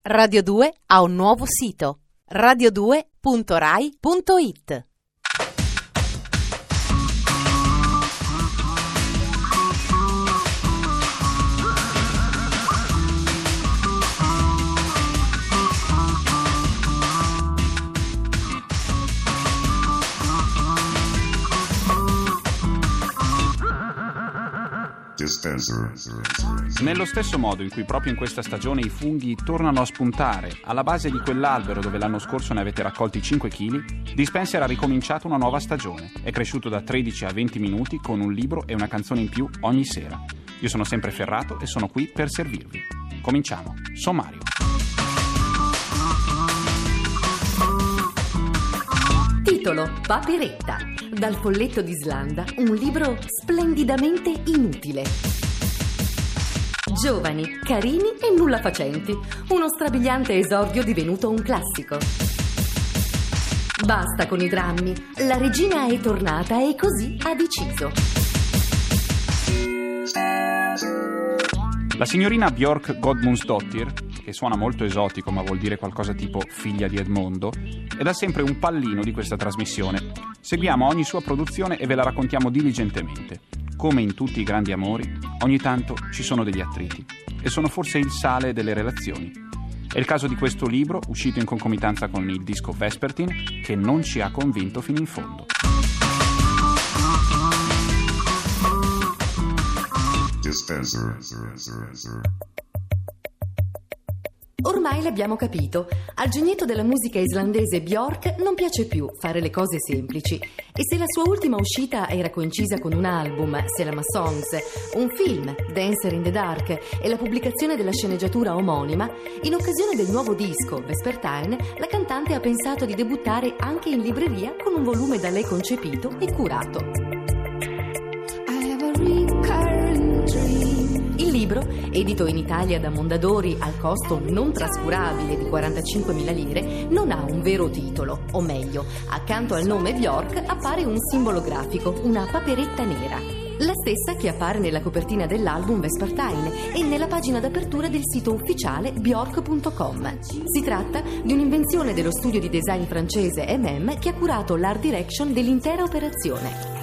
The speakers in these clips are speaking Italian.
Radio 2 ha un nuovo sito: radio2.rai.it. Nello stesso modo in cui proprio in questa stagione i funghi tornano a spuntare alla base di quell'albero dove l'anno scorso ne avete raccolti 5 kg, Dispenser ha ricominciato una nuova stagione. È cresciuto da 13 a 20 minuti con un libro e una canzone in più ogni sera. Io sono sempre Ferrato e sono qui per servirvi. Cominciamo. Sommario. Titolo: Paperetta. Dal folletto d'Islanda, un libro splendidamente inutile. Giovani, carini e nulla facenti. Uno strabiliante esordio divenuto un classico. Basta con i drammi. La regina è tornata e così ha deciso. La signorina Björk Gudmundsdottir, che suona molto esotico ma vuol dire qualcosa tipo figlia di Edmondo, è da sempre un pallino di questa trasmissione. Seguiamo ogni sua produzione e ve la raccontiamo diligentemente. Come in tutti i grandi amori, ogni tanto ci sono degli attriti e sono forse il sale delle relazioni. È il caso di questo libro, uscito in concomitanza con il disco Vespertine, che non ci ha convinto fino in fondo. Ormai l'abbiamo capito, al genietto della musica islandese Björk non piace più fare le cose semplici, e se la sua ultima uscita era coincisa con un album, Selma Songs, un film, Dancer in the Dark, e la pubblicazione della sceneggiatura omonima, in occasione del nuovo disco Vespertine la cantante ha pensato di debuttare anche in libreria con un volume da lei concepito e curato. Il libro, edito in Italia da Mondadori al costo non trascurabile di 45.000 lire, non ha un vero titolo, o meglio, accanto al nome Björk appare un simbolo grafico, una paperetta nera, la stessa che appare nella copertina dell'album Vespertine e nella pagina d'apertura del sito ufficiale bjork.com. Si tratta di un'invenzione dello studio di design francese MM che ha curato l'art direction dell'intera operazione.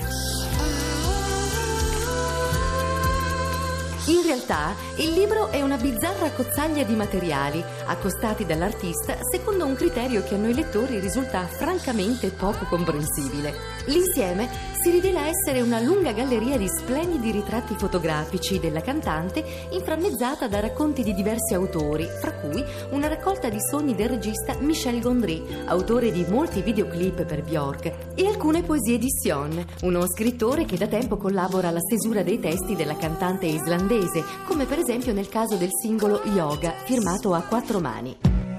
In realtà, il libro è una bizzarra accozzaglia di materiali, accostati dall'artista secondo un criterio che a noi lettori risulta francamente poco comprensibile. L'insieme si rivela essere una lunga galleria di splendidi ritratti fotografici della cantante, inframmezzata da racconti di diversi autori, fra cui una raccolta di sogni del regista Michel Gondry, autore di molti videoclip per Björk, e alcune poesie di Sion, uno scrittore che da tempo collabora alla stesura dei testi della cantante islandese, come per esempio nel caso del singolo Yoga, firmato a 4 mani.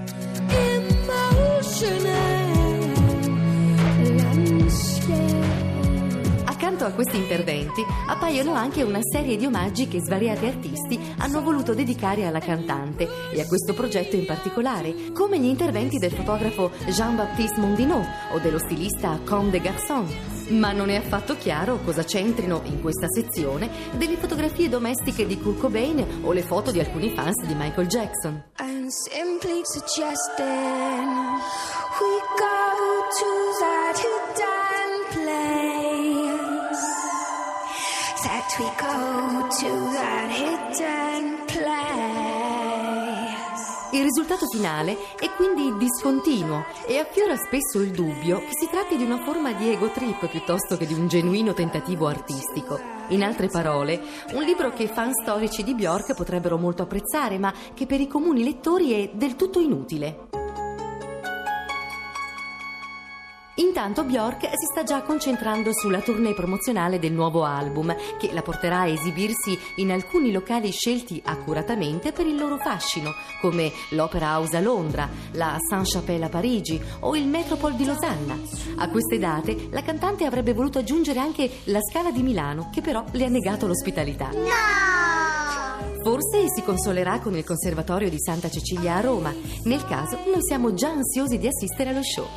Accanto a questi interventi appaiono anche una serie di omaggi che svariati artisti hanno voluto dedicare alla cantante e a questo progetto in particolare, come gli interventi del fotografo Jean-Baptiste Mondinot o dello stilista Comme des Garçons. Ma non è affatto chiaro cosa c'entrino in questa sezione delle fotografie domestiche di Kurt Cobain o le foto di alcuni fans di Michael Jackson. I'm simply suggesting we go to that hidden place. That we go to that hidden place. Il risultato finale è quindi discontinuo e affiora spesso il dubbio che si tratti di una forma di ego trip piuttosto che di un genuino tentativo artistico. In altre parole, un libro che fan storici di Björk potrebbero molto apprezzare, ma che per i comuni lettori è del tutto inutile. Intanto Björk si sta già concentrando sulla tournée promozionale del nuovo album, che la porterà a esibirsi in alcuni locali scelti accuratamente per il loro fascino, come l'Opera House a Londra, la Sainte-Chapelle a Parigi o il Metropole di Losanna. A queste date la cantante avrebbe voluto aggiungere anche la Scala di Milano, che però le ha negato l'ospitalità. No! Forse si consolerà con il Conservatorio di Santa Cecilia a Roma. Nel caso, noi siamo già ansiosi di assistere allo show.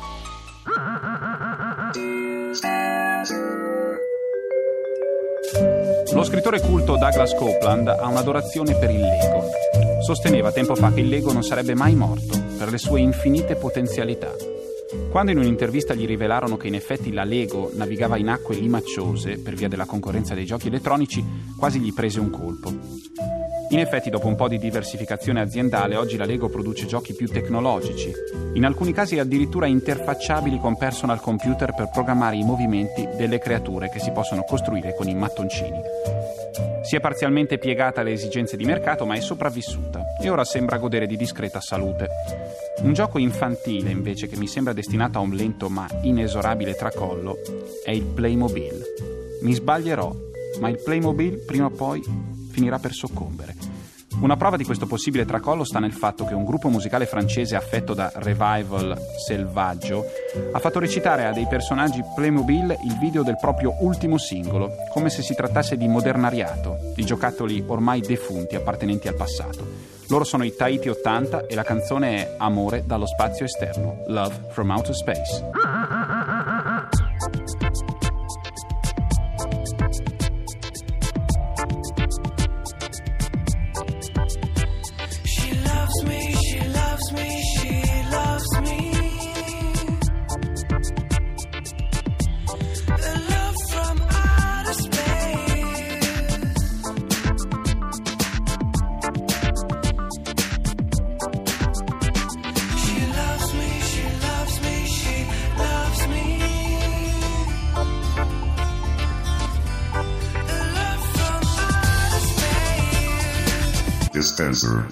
Lo scrittore culto Douglas Coupland ha un'adorazione per il Lego. sosteneva tempo fa che il Lego non sarebbe mai morto per le sue infinite potenzialità. Quando in un'intervista gli rivelarono che in effetti la Lego navigava in acque limacciose per via della concorrenza dei giochi elettronici, quasi gli prese un colpo. In effetti, dopo un po' di diversificazione aziendale, oggi la Lego produce giochi più tecnologici, in alcuni casi addirittura interfacciabili con personal computer per programmare i movimenti delle creature che si possono costruire con i mattoncini. Si è parzialmente piegata alle esigenze di mercato, ma è sopravvissuta e ora sembra godere di discreta salute. Un gioco infantile, invece, che mi sembra destinato a un lento ma inesorabile tracollo, è il Playmobil. Mi sbaglierò, ma il Playmobil prima o poi finirà per soccombere. Una prova di questo possibile tracollo sta nel fatto che un gruppo musicale francese affetto da revival selvaggio ha fatto recitare a dei personaggi Playmobil il video del proprio ultimo singolo, come se si trattasse di modernariato, di giocattoli ormai defunti appartenenti al passato. Loro sono i Tahiti 80 e la canzone è Amore dallo spazio esterno, Love from Outer Space. Dispenser.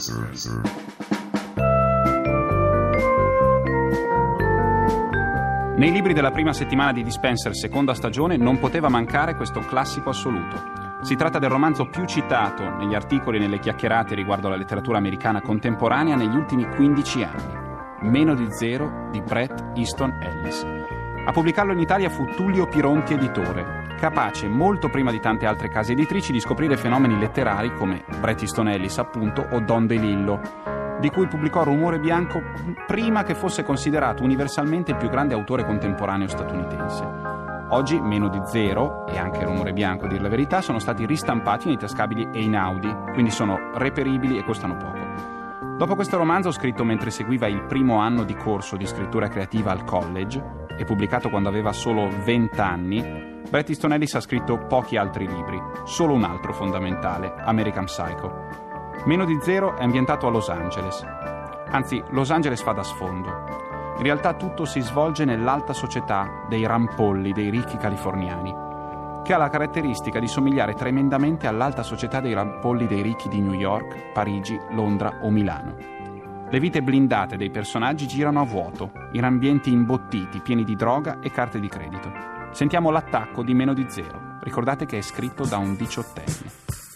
Nei libri della prima settimana di Dispenser, seconda stagione, non poteva mancare questo classico assoluto. Si tratta del romanzo più citato negli articoli e nelle chiacchierate riguardo alla letteratura americana contemporanea negli ultimi 15 anni. Meno di zero di Bret Easton Ellis. A pubblicarlo in Italia fu Tullio Pironti editore, capace molto prima di tante altre case editrici di scoprire fenomeni letterari come Bret Easton Ellis appunto o Don DeLillo, di cui pubblicò Rumore Bianco prima che fosse considerato universalmente il più grande autore contemporaneo statunitense. Oggi Meno di zero e anche Rumore Bianco, a dir la verità, sono stati ristampati nei tascabili Einaudi, quindi sono reperibili e costano poco. Dopo questo romanzo, scritto mentre seguiva il primo anno di corso di scrittura creativa al college e pubblicato quando aveva solo 20 anni, Bret Easton Ellis ha scritto pochi altri libri, solo un altro fondamentale, American Psycho. Meno di zero è ambientato a Los Angeles. Anzi, Los Angeles fa da sfondo. In realtà tutto si svolge nell'alta società dei rampolli, dei ricchi californiani, che ha la caratteristica di somigliare tremendamente all'alta società dei rampolli dei ricchi di New York, Parigi, Londra o Milano. Le vite blindate dei personaggi girano a vuoto, in ambienti imbottiti, pieni di droga e carte di credito. Sentiamo l'attacco di Meno di zero. Ricordate che è scritto da un 18enne.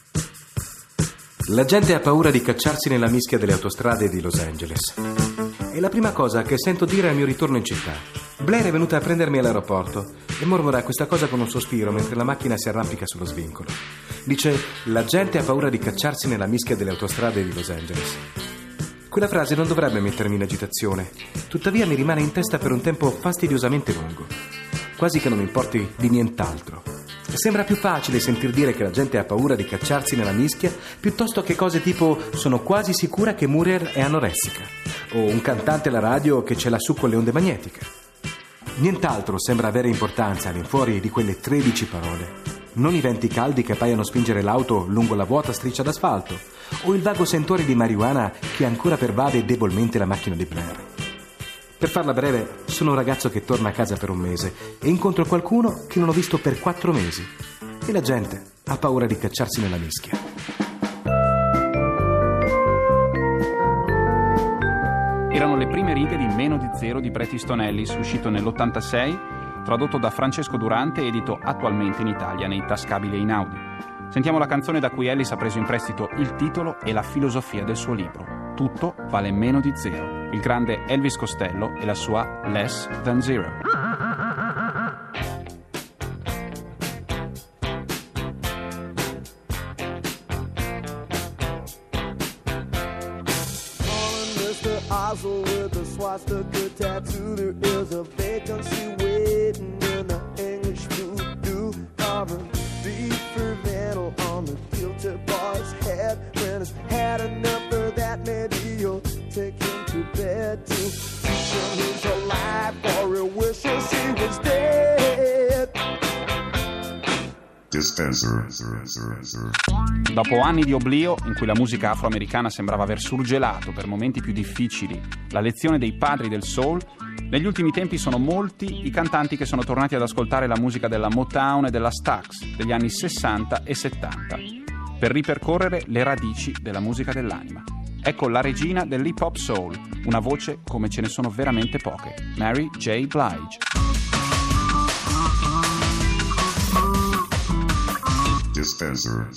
La gente ha paura di cacciarsi nella mischia delle autostrade di Los Angeles. È la prima cosa che sento dire al mio ritorno in città. Blair è venuta a prendermi all'aeroporto e mormora questa cosa con un sospiro mentre la macchina si arrampica sullo svincolo. Dice: la gente ha paura di cacciarsi nella mischia delle autostrade di Los Angeles. Quella frase non dovrebbe mettermi in agitazione, tuttavia mi rimane in testa per un tempo fastidiosamente lungo. Quasi che non mi importi di nient'altro. Sembra più facile sentir dire che la gente ha paura di cacciarsi nella mischia piuttosto che cose tipo sono quasi sicura che Muriel è anoressica o un cantante alla radio che ce l'ha su con le onde magnetiche. Nient'altro sembra avere importanza all'infuori di quelle 13 parole. Non i venti caldi che paiono spingere l'auto lungo la vuota striscia d'asfalto o il vago sentore di marijuana che ancora pervade debolmente la macchina di Blair. Per farla breve, sono un ragazzo che torna a casa per un mese e incontro qualcuno che non ho visto per 4 mesi. E la gente ha paura di cacciarsi nella mischia. Erano le prime righe di Meno di zero di Bret Easton Ellis, uscito nell'86, tradotto da Francesco Durante e edito attualmente in Italia nei tascabili Einaudi. Sentiamo la canzone da cui Ellis ha preso in prestito il titolo e la filosofia del suo libro. Tutto vale meno di zero. Il grande Elvis Costello e la sua Less Than Zero. Mr. Oswald with a swastika tattoo. There is a vacancy waiting in the English voodoo. Leave Fernando on the guilty bar's head. When it's had enough of that, maybe you'll take him to bed to teach him he's alive, or he wishes he was dead. Dispenser. Dopo anni di oblio, in cui la musica afroamericana sembrava aver surgelato per momenti più difficili la lezione dei padri del soul, negli ultimi tempi sono molti i cantanti che sono tornati ad ascoltare la musica della Motown e della Stax degli anni 60 e 70 per ripercorrere le radici della musica dell'anima. Ecco la regina dell'hip hop soul, una voce come ce ne sono veramente poche, Mary J. Blige. Dispenser.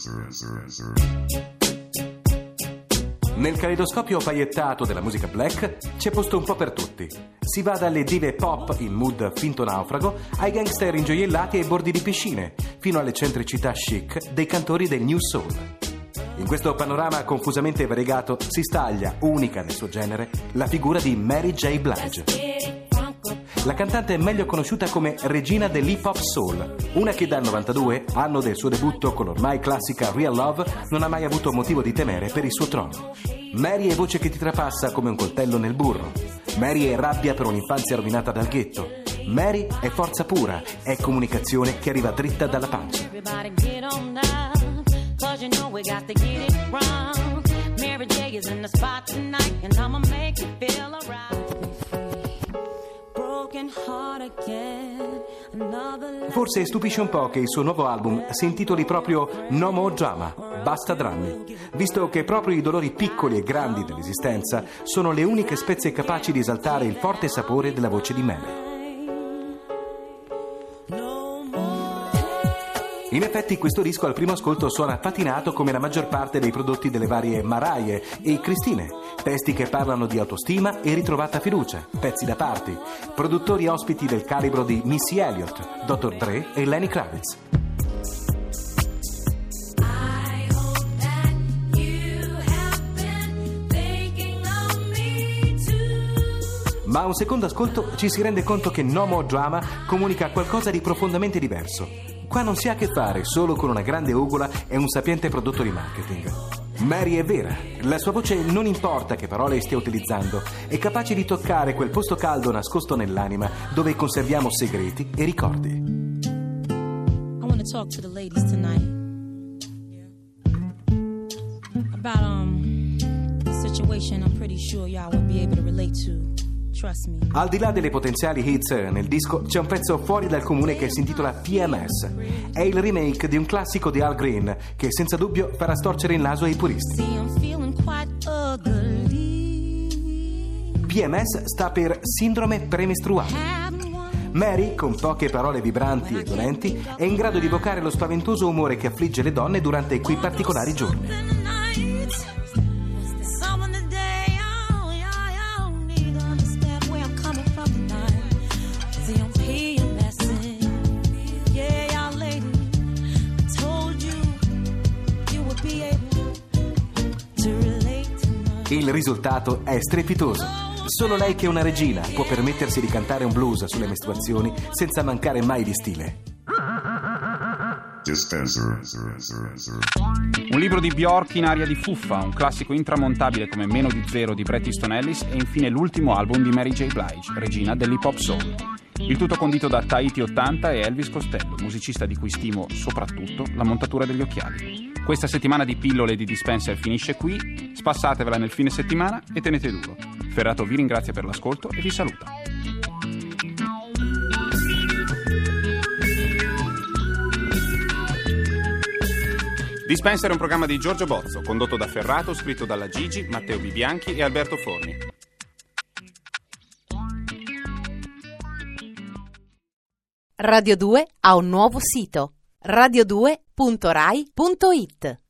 Nel caleidoscopio paillettato della musica black c'è posto un po' per tutti. Si va dalle dive pop in mood finto naufrago ai gangster ingioiellati ai bordi di piscine, fino all'eccentricità chic dei cantori del New Soul. In questo panorama confusamente variegato si staglia, unica nel suo genere, la figura di Mary J. Blige. La cantante è meglio conosciuta come regina dell'hip hop soul, una che dal 92, anno del suo debutto con l'ormai classica Real Love, non ha mai avuto motivo di temere per il suo trono. Mary è voce che ti trapassa come un coltello nel burro. Mary è rabbia per un'infanzia rovinata dal ghetto. Mary è forza pura, è comunicazione che arriva dritta dalla pancia. Forse stupisce un po' che il suo nuovo album si intitoli proprio No More Drama, basta drammi, visto che proprio i dolori piccoli e grandi dell'esistenza sono le uniche spezie capaci di esaltare il forte sapore della voce di Mary. In effetti questo disco al primo ascolto suona patinato come la maggior parte dei prodotti delle varie Mariah e Christine, testi che parlano di autostima e ritrovata fiducia, pezzi da party, produttori ospiti del calibro di Missy Elliott, Dr. Dre e Lenny Kravitz. Ma a un secondo ascolto ci si rende conto che No More Drama comunica qualcosa di profondamente diverso. Qua non si ha a che fare solo con una grande ugola e un sapiente prodotto di marketing. Mary è vera, la sua voce non importa che parole stia utilizzando, è capace di toccare quel posto caldo nascosto nell'anima dove conserviamo segreti e ricordi. I want to talk to the ladies tonight about the situation I'm pretty sure y'all would be able to relate to. Al di là delle potenziali hits nel disco, c'è un pezzo fuori dal comune che si intitola PMS. È il remake di un classico di Al Green che senza dubbio farà storcere il naso ai puristi. PMS sta per sindrome premestruale. Mary, con poche parole vibranti e dolenti, è in grado di evocare lo spaventoso umore che affligge le donne durante quei particolari giorni. Il risultato è strepitoso. Solo lei che è una regina può permettersi di cantare un blues sulle mestruazioni senza mancare mai di stile. Dispenser. Un libro di Bjork in aria di fuffa, un classico intramontabile come Meno di Zero di Bret Easton Ellis e infine l'ultimo album di Mary J. Blige, regina dell'hip hop soul. Il tutto condito da Tahiti 80 e Elvis Costello, musicista di cui stimo soprattutto la montatura degli occhiali. Questa settimana di pillole di Dispenser finisce qui, spassatevela nel fine settimana e tenete duro. Ferrato vi ringrazia per l'ascolto e vi saluta. Dispenser è un programma di Giorgio Bozzo, condotto da Ferrato, scritto dalla Gigi, Matteo Bibianchi e Alberto Forni. Radio 2 ha un nuovo sito: radio2.rai.it.